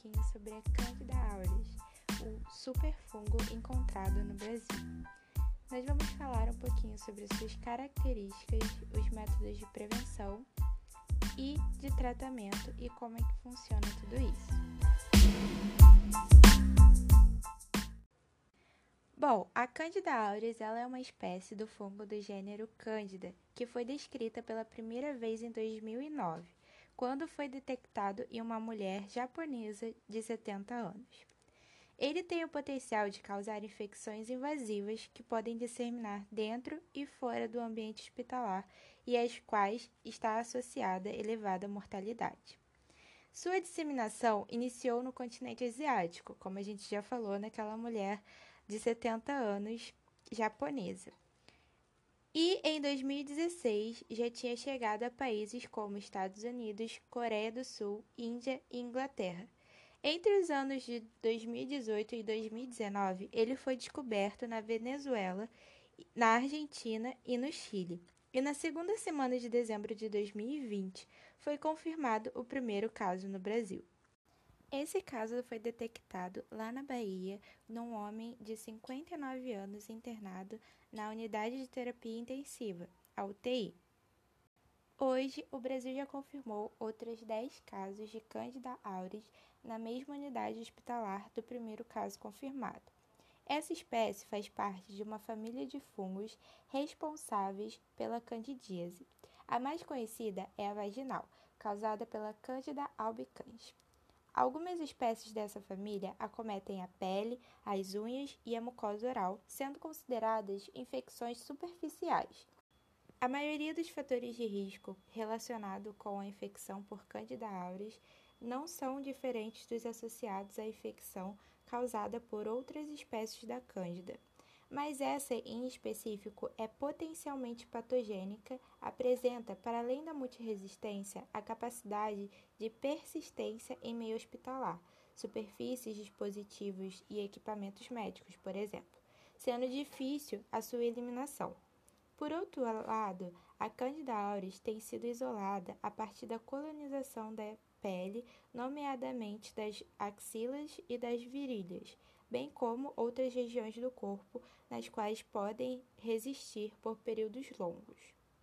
pouquinho sobre a Candida auris, o superfungo encontrado no Brasil. Nós vamos falar um pouquinho sobre suas características, os métodos de prevenção e de tratamento e como é que funciona tudo isso. Bom, a Candida auris ela é uma espécie do fungo do gênero Candida, que foi descrita pela primeira vez em 2009, quando foi detectado em uma mulher japonesa de 70 anos. Ele tem o potencial de causar infecções invasivas que podem disseminar dentro e fora do ambiente hospitalar e às quais está associada elevada mortalidade. Sua disseminação iniciou no continente asiático, como a gente já falou naquela mulher de 70 anos japonesa. E em 2016 já tinha chegado a países como Estados Unidos, Coreia do Sul, Índia e Inglaterra. Entre os anos de 2018 e 2019, ele foi descoberto na Venezuela, na Argentina e no Chile. E na segunda semana de dezembro de 2020, foi confirmado o primeiro caso no Brasil. Esse caso foi detectado lá na Bahia, num homem de 59 anos internado na Unidade de Terapia Intensiva, a UTI. Hoje, o Brasil já confirmou outros 10 casos de Candida auris na mesma unidade hospitalar do primeiro caso confirmado. Essa espécie faz parte de uma família de fungos responsáveis pela candidíase. A mais conhecida é a vaginal, causada pela Candida albicans. Algumas espécies dessa família acometem a pele, as unhas e a mucosa oral, sendo consideradas infecções superficiais. A maioria dos fatores de risco relacionados com a infecção por Candida auris não são diferentes dos associados à infecção causada por outras espécies da Cândida, mas essa em específico é potencialmente patogênica, apresenta, para além da multiresistência, a capacidade de persistência em meio hospitalar, superfícies, dispositivos e equipamentos médicos, por exemplo, sendo difícil a sua eliminação. Por outro lado, a Candida auris tem sido isolada a partir da colonização da pele, nomeadamente das axilas e das virilhas, bem como outras regiões do corpo nas quais podem resistir por períodos longos.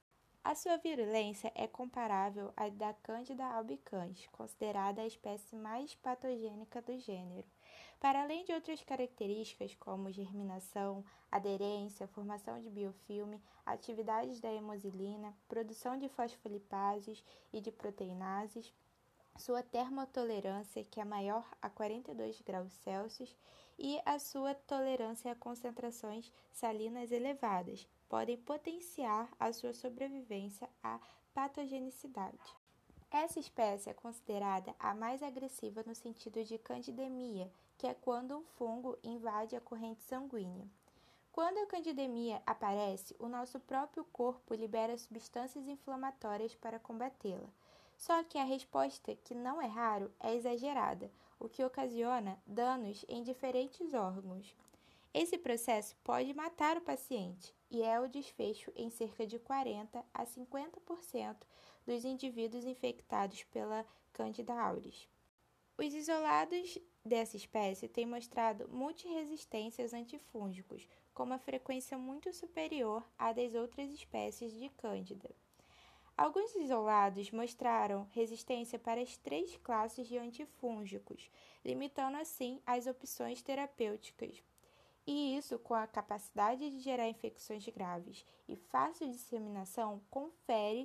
A sua virulência é comparável à da Candida albicans, considerada a espécie mais patogênica do gênero. Para além de outras características como germinação, aderência, formação de biofilme, atividades da hemosilina, produção de fosfolipases e de proteinases, sua termotolerância, que é maior a 42 graus Celsius, e a sua tolerância a concentrações salinas elevadas, podem potenciar a sua sobrevivência à patogenicidade. Essa espécie é considerada a mais agressiva no sentido de candidemia, que é quando um fungo invade a corrente sanguínea. Quando a candidemia aparece, o nosso próprio corpo libera substâncias inflamatórias para combatê-la. Só que a resposta, que não é raro, é exagerada, o que ocasiona danos em diferentes órgãos. Esse processo pode matar o paciente e é o desfecho em cerca de 40 a 50% dos indivíduos infectados pela Candida auris. Os isolados dessa espécie têm mostrado multiresistências antifúngicos, com uma frequência muito superior à das outras espécies de Cândida. Alguns isolados mostraram resistência para as 3 classes de antifúngicos, limitando assim as opções terapêuticas. E isso, com a capacidade de gerar infecções graves e fácil disseminação, confere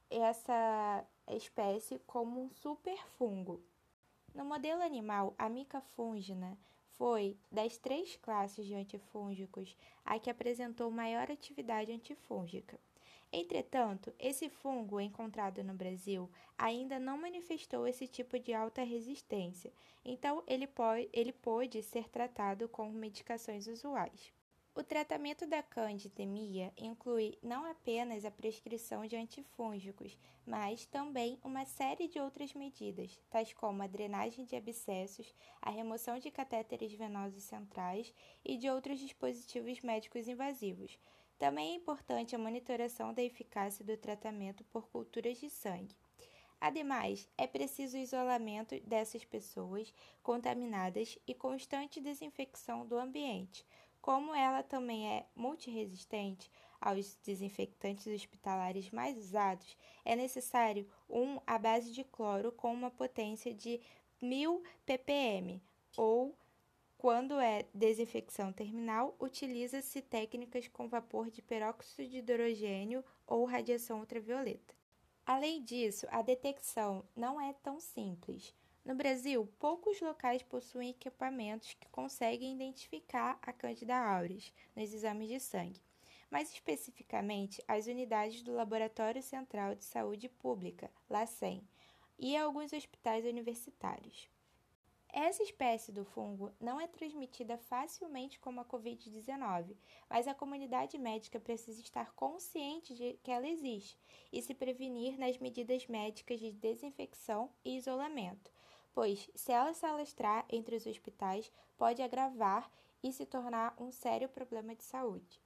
essa espécie como um superfungo. No modelo animal, a Mica fungina foi, das 3 classes de antifúngicos, a que apresentou maior atividade antifúngica. Entretanto, esse fungo encontrado no Brasil ainda não manifestou esse tipo de alta resistência, então ele pode ser tratado com medicações usuais. O tratamento da candidemia inclui não apenas a prescrição de antifúngicos, mas também uma série de outras medidas, tais como a drenagem de abscessos, a remoção de catéteres venosos centrais e de outros dispositivos médicos invasivos. Também é importante a monitoração da eficácia do tratamento por culturas de sangue. Ademais, é preciso isolamento dessas pessoas contaminadas e constante desinfecção do ambiente. Como ela também é multiresistente aos desinfectantes hospitalares mais usados, é necessário um à base de cloro com uma potência de 1000 ppm, ou, quando é desinfecção terminal, utiliza-se técnicas com vapor de peróxido de hidrogênio ou radiação ultravioleta. Além disso, a detecção não é tão simples. No Brasil, poucos locais possuem equipamentos que conseguem identificar a Candida auris nos exames de sangue, mais especificamente as unidades do Laboratório Central de Saúde Pública, LACEN, e alguns hospitais universitários. Essa espécie do fungo não é transmitida facilmente como a Covid-19, mas a comunidade médica precisa estar consciente de que ela existe e se prevenir nas medidas médicas de desinfecção e isolamento, pois, se ela se alastrar entre os hospitais, pode agravar e se tornar um sério problema de saúde.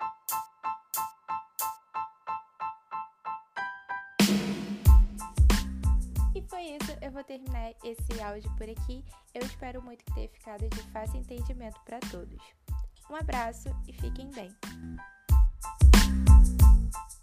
E foi isso, eu vou terminar esse áudio por aqui. Eu espero muito que tenha ficado de fácil entendimento para todos. Um abraço e fiquem bem!